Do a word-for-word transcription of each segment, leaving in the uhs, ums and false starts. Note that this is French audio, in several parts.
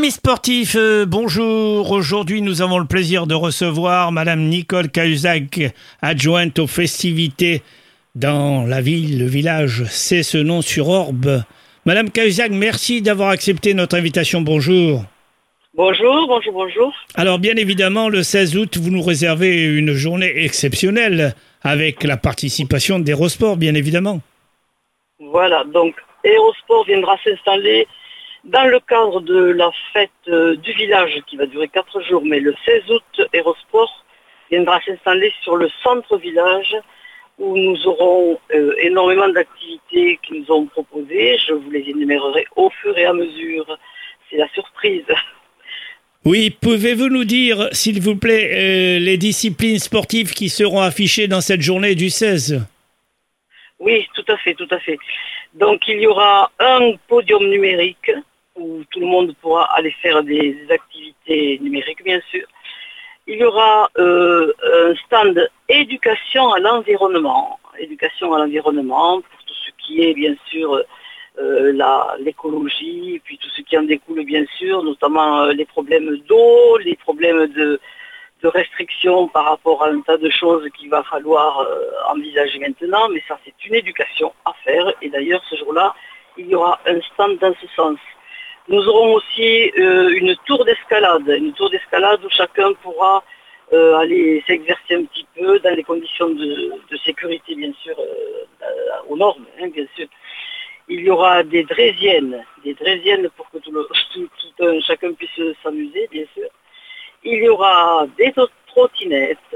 Amis sportifs, euh, bonjour. Aujourd'hui, nous avons le plaisir de recevoir Madame Nicole Cahuzac, adjointe aux festivités dans la ville, le village Cessenon-sur-Orbe. Madame Cahuzac, merci d'avoir accepté notre invitation. Bonjour. Bonjour, bonjour, bonjour. Alors, bien évidemment, le seize août, vous nous réservez une journée exceptionnelle avec la participation d'Hérosport, bien évidemment. Voilà, donc Hérosport viendra s'installer dans le cadre de la fête euh, du village qui va durer quatre jours, mais le seize août, Hérosport viendra s'installer sur le centre-village où nous aurons euh, énormément d'activités qui nous ont proposées. Je vous les énumérerai au fur et à mesure. C'est la surprise. Oui, pouvez-vous nous dire, s'il vous plaît, euh, les disciplines sportives qui seront affichées dans cette journée du seize ? Oui, tout à fait, tout à fait. Donc il y aura un podium numérique où tout le monde pourra aller faire des activités numériques, bien sûr. Il y aura euh, un stand éducation à l'environnement, éducation à l'environnement pour tout ce qui est bien sûr euh, la, l'écologie, et puis tout ce qui en découle bien sûr, notamment euh, les problèmes d'eau, les problèmes de, de restrictions par rapport à un tas de choses qu'il va falloir euh, envisager maintenant, mais ça c'est une éducation à faire, et d'ailleurs ce jour-là, il y aura un stand dans ce sens. Nous aurons aussi euh, une tour d'escalade, une tour d'escalade où chacun pourra euh, aller s'exercer un petit peu dans les conditions de, de sécurité, bien sûr, euh, aux normes, hein, bien sûr. Il y aura des draisiennes, des draisiennes pour que tout le, tout, tout un, chacun puisse s'amuser, bien sûr. Il y aura des trottinettes,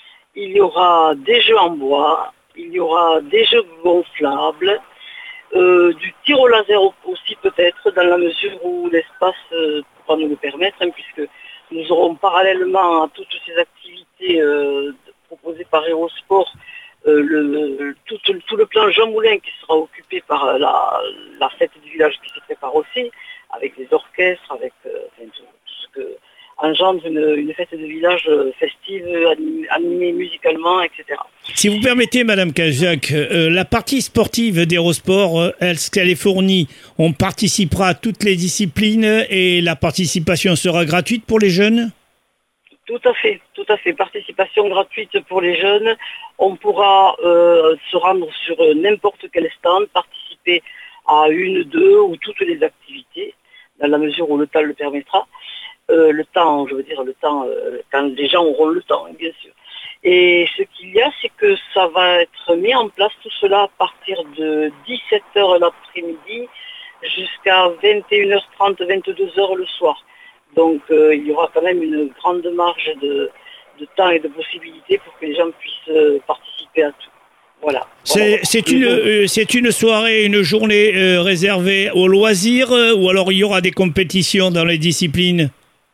il y aura des jeux en bois, il y aura des jeux gonflables, euh, du tir au laser aussi peut-être, dans la mesure où l'espace euh, pourra nous le permettre, hein, puisque nous aurons parallèlement à toutes ces activités euh, proposées par Hérosport, euh, le, le, tout, tout le plan Jean Moulin qui sera occupé par la, la fête du village qui se prépare aussi, avec les orchestres, avec euh, enfin, tout, tout ce que engendre une, une fête de village festive, animée, animée musicalement, et cetera. Si vous permettez, Madame Cahuzac, euh, la partie sportive d'Hérosport, euh, est-ce qu'elle est fournie ? On participera à toutes les disciplines et la participation sera gratuite pour les jeunes ? Tout à fait, tout à fait. Participation gratuite pour les jeunes. On pourra euh, se rendre sur n'importe quel stand, participer à une, deux ou toutes les activités, dans la mesure où le temps le permettra. Euh, le temps, je veux dire le temps, euh, quand les gens auront le temps, hein, bien sûr. Et ce qu'il y a, c'est que ça va être mis en place tout cela à partir de dix-sept heures l'après-midi jusqu'à vingt et une heures trente, vingt-deux heures le soir. Donc euh, il y aura quand même une grande marge de, de temps et de possibilités pour que les gens puissent euh, participer à tout. Voilà. C'est, voilà. c'est, une, euh, c'est une soirée, une journée euh, réservée aux loisirs euh, ou alors il y aura des compétitions dans les disciplines ?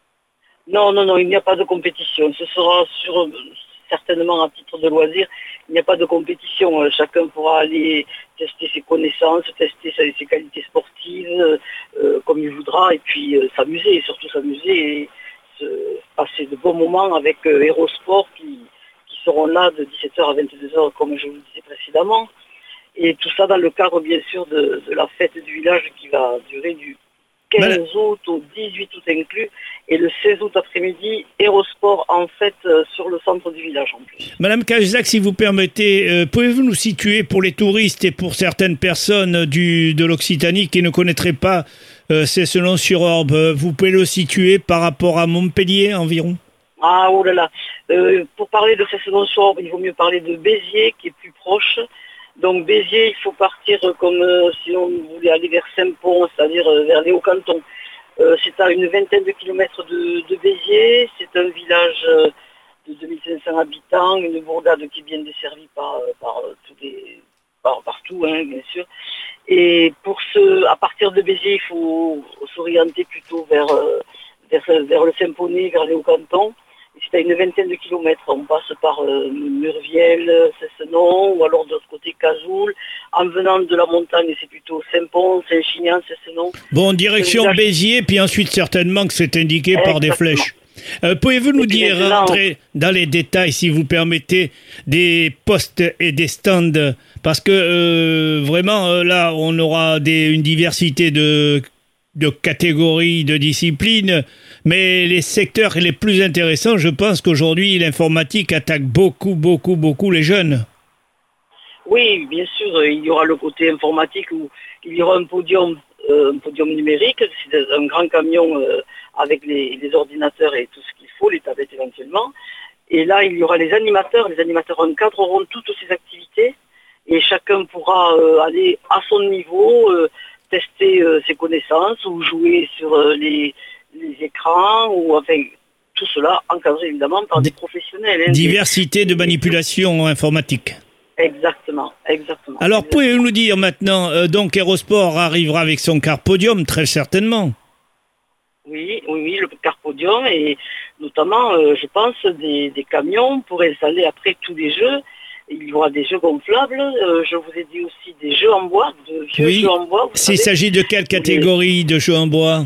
Non, non, non, il n'y a pas de compétition. Ce sera sur, certainement à titre de loisir. Il n'y a pas de compétition. Chacun pourra aller tester ses connaissances, tester ses, ses qualités sportives euh, comme il voudra et puis euh, s'amuser, et surtout s'amuser et se passer de bons moments avec euh, Hérosport qui, qui seront là de dix-sept heures à vingt-deux heures comme je vous le disais précédemment. Et tout ça dans le cadre bien sûr de, de la fête du village qui va durer du quinze août au dix-huit août inclus, et le seize août après-midi, Hérosport en fait euh, sur le centre du village en plus. Madame Cahuzac, si vous permettez, euh, pouvez-vous nous situer pour les touristes et pour certaines personnes du, de l'Occitanie qui ne connaîtraient pas euh, Cessenon-sur-Orbe, vous pouvez le situer par rapport à Montpellier environ ? Ah, oh là là, euh, pour parler de Cessenon-sur-Orbe, il vaut mieux parler de Béziers qui est plus proche. Donc Béziers, il faut partir comme euh, si on voulait aller vers Saint-Pons, c'est-à-dire euh, vers les Hauts-Cantons. Euh, c'est à une vingtaine de kilomètres de, de Béziers. C'est un village euh, de deux mille cinq cents habitants, une bourgade qui est bien desservie par, par, tous les, par partout, hein, bien sûr. Et pour ce, à partir de Béziers, il faut s'orienter plutôt vers, euh, vers, vers le Saint-Poney, vers les Hauts-Cantons. C'est à une vingtaine de kilomètres. On passe par euh, Murviel, Cessenon, ou alors de l'autre côté Cazoul. En venant de la montagne, c'est plutôt Saint-Pons, Saint-Chinian, Cessenon. Bon, direction village... Béziers, puis ensuite certainement que c'est indiqué Exactement. Par des flèches. Euh, pouvez-vous nous dire, maintenant... rentrer dans les détails, si vous permettez, des postes et des stands ? Parce que euh, vraiment, euh, là, on aura des, une diversité de de catégories, de disciplines, mais les secteurs les plus intéressants, je pense qu'aujourd'hui, l'informatique attaque beaucoup, beaucoup, beaucoup les jeunes. Oui, bien sûr, il y aura le côté informatique où il y aura un podium, euh, un podium numérique, c'est un grand camion euh, avec les, les ordinateurs et tout ce qu'il faut, les tablettes éventuellement. Et là, il y aura les animateurs. Les animateurs encadreront toutes ces activités et chacun pourra euh, aller à son niveau, euh, tester euh, ses connaissances ou jouer sur euh, les, les écrans ou enfin tout cela encadré évidemment par des professionnels. Hein, Diversité des... de manipulation informatique. Exactement, exactement. Alors, exactement. pouvez-vous nous dire maintenant, euh, donc Aérosport arrivera avec son car podium, très certainement. Oui, oui, oui, le car podium et notamment, euh, je pense, des, des camions pour installer après tous les jeux. Il y aura des jeux gonflables, euh, je vous ai dit aussi des jeux en bois, de vieux oui. jeux en bois. Il s'agit de quelle catégorie de jeux en bois?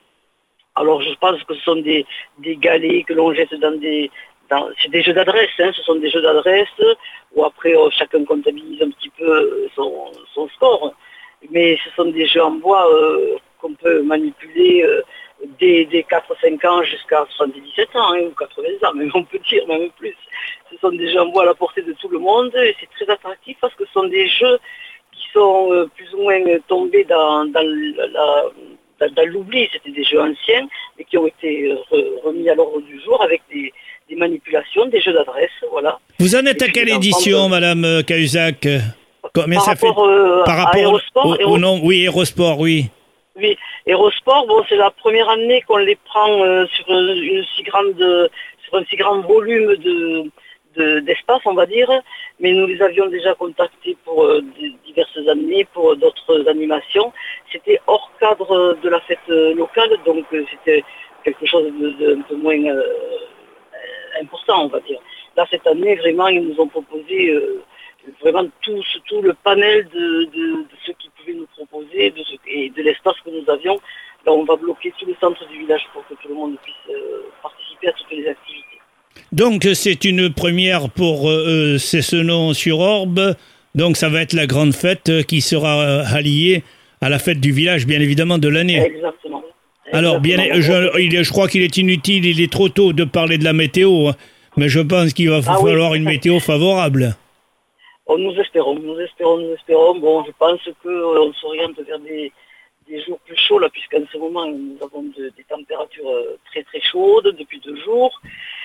Alors, je pense que ce sont des, des galets que l'on jette dans des... C'est des jeux d'adresse, hein, ce sont des jeux d'adresse où après euh, chacun comptabilise un petit peu son, son score. Mais ce sont des jeux en bois euh, qu'on peut manipuler euh, dès, dès quatre cinq ans jusqu'à soixante-dix-sept ans, hein, ou quatre-vingts ans, même on peut dire même plus. Ce sont des jeux en bois à la portée de tout le monde et c'est très attractif parce que ce sont des jeux qui sont euh, plus ou moins tombés dans, dans la... dans, dans l'oubli. C'était des jeux anciens mais qui ont été re, remis à l'ordre du jour avec des des manipulations, des jeux d'adresse, voilà. Vous en êtes à quelle édition, de... Madame Cahuzac? Combien par ça rapport, fait euh, par rapport à Aérosport, au, au, au nom, oui, Aérosport, oui. Oui, Aérosport, bon, c'est la première année qu'on les prend euh, sur une si grande, sur un si grand volume de, de d'espace, on va dire, mais nous les avions déjà contactés pour euh, diverses années, pour d'autres animations. C'était hors cadre de la fête locale, donc euh, c'était quelque chose de, de un peu moins euh, important, on va dire. Là, cette année, vraiment, ils nous ont proposé euh, vraiment tout, tout le panel de, de, de ce qu'ils pouvaient nous proposer de ce, et de l'espace que nous avions. Là, on va bloquer tout le centre du village pour que tout le monde puisse euh, participer à toutes les activités. Donc, c'est une première pour euh, Cessenon-sur-Orbe. Donc, ça va être la grande fête qui sera euh, alliée à la fête du village, bien évidemment, de l'année. Exactement. Alors, bien, je, il est, je crois qu'il est inutile, il est trop tôt de parler de la météo, hein, mais je pense qu'il va ah falloir oui. une météo favorable. Oh, nous espérons, nous espérons, nous espérons. Bon, je pense qu'on euh, s'oriente vers des, des jours plus chauds, là, puisqu'en ce moment, nous avons de, des températures très très chaudes depuis deux jours.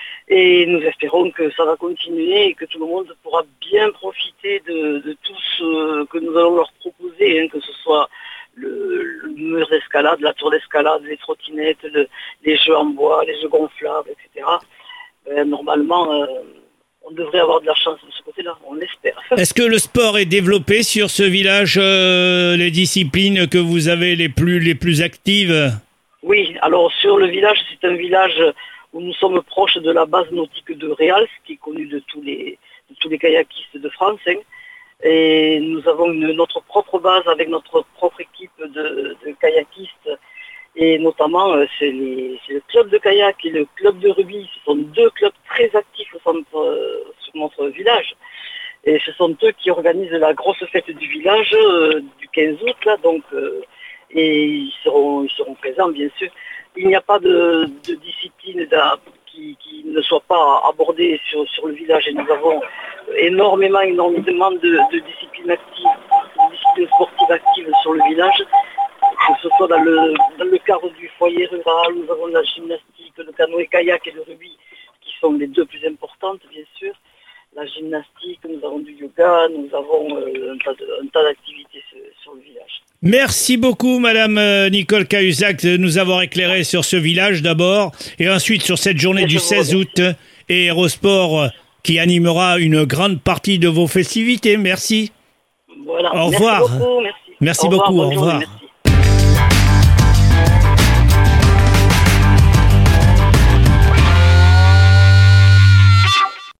Et nous espérons que ça va continuer et que tout le monde pourra bien profiter de, de tout ce que nous allons leur proposer, hein, que ce soit le, le mur d'escalade, la tour d'escalade, les trottinettes, le, les jeux en bois, les jeux gonflables, et cetera. Ben, normalement, euh, on devrait avoir de la chance de ce côté-là, on l'espère. Est-ce que le sport est développé sur ce village, euh, les disciplines que vous avez les plus, les plus actives? Oui, alors sur le village, c'est un village où nous sommes proches de la base nautique de Réals, qui est connue de tous les, de tous les kayakistes de France, hein. Et nous avons une, notre propre base avec notre propre équipe de, de kayakistes et notamment euh, c'est, les, c'est le club de kayak et le club de rugby. Ce sont deux clubs très actifs au centre, euh, sur notre village et ce sont eux qui organisent la grosse fête du village euh, du quinze août là, donc euh, et ils seront, ils seront présents bien sûr. Il n'y a pas de, de discipline qui, qui ne soit pas abordée sur, sur le village et nous avons énormément, énormément de, de disciplines actives, de disciplines sportives actives sur le village, que ce soit dans le, dans le cadre du foyer rural, nous avons la gymnastique, le canoë-kayak et le rugby, qui sont les deux plus importantes, bien sûr. La gymnastique, nous avons du yoga, nous avons euh, un tas, de, un tas d'activités sur, sur le village. Merci beaucoup, Madame Nicole Cahuzac, de nous avoir éclairé sur ce village d'abord, et ensuite sur cette journée et du seize août, et Aérosport qui animera une grande partie de vos festivités. Merci. Voilà. Au revoir. Merci beaucoup. Merci, merci au beaucoup. Revoir, au revoir. Journée,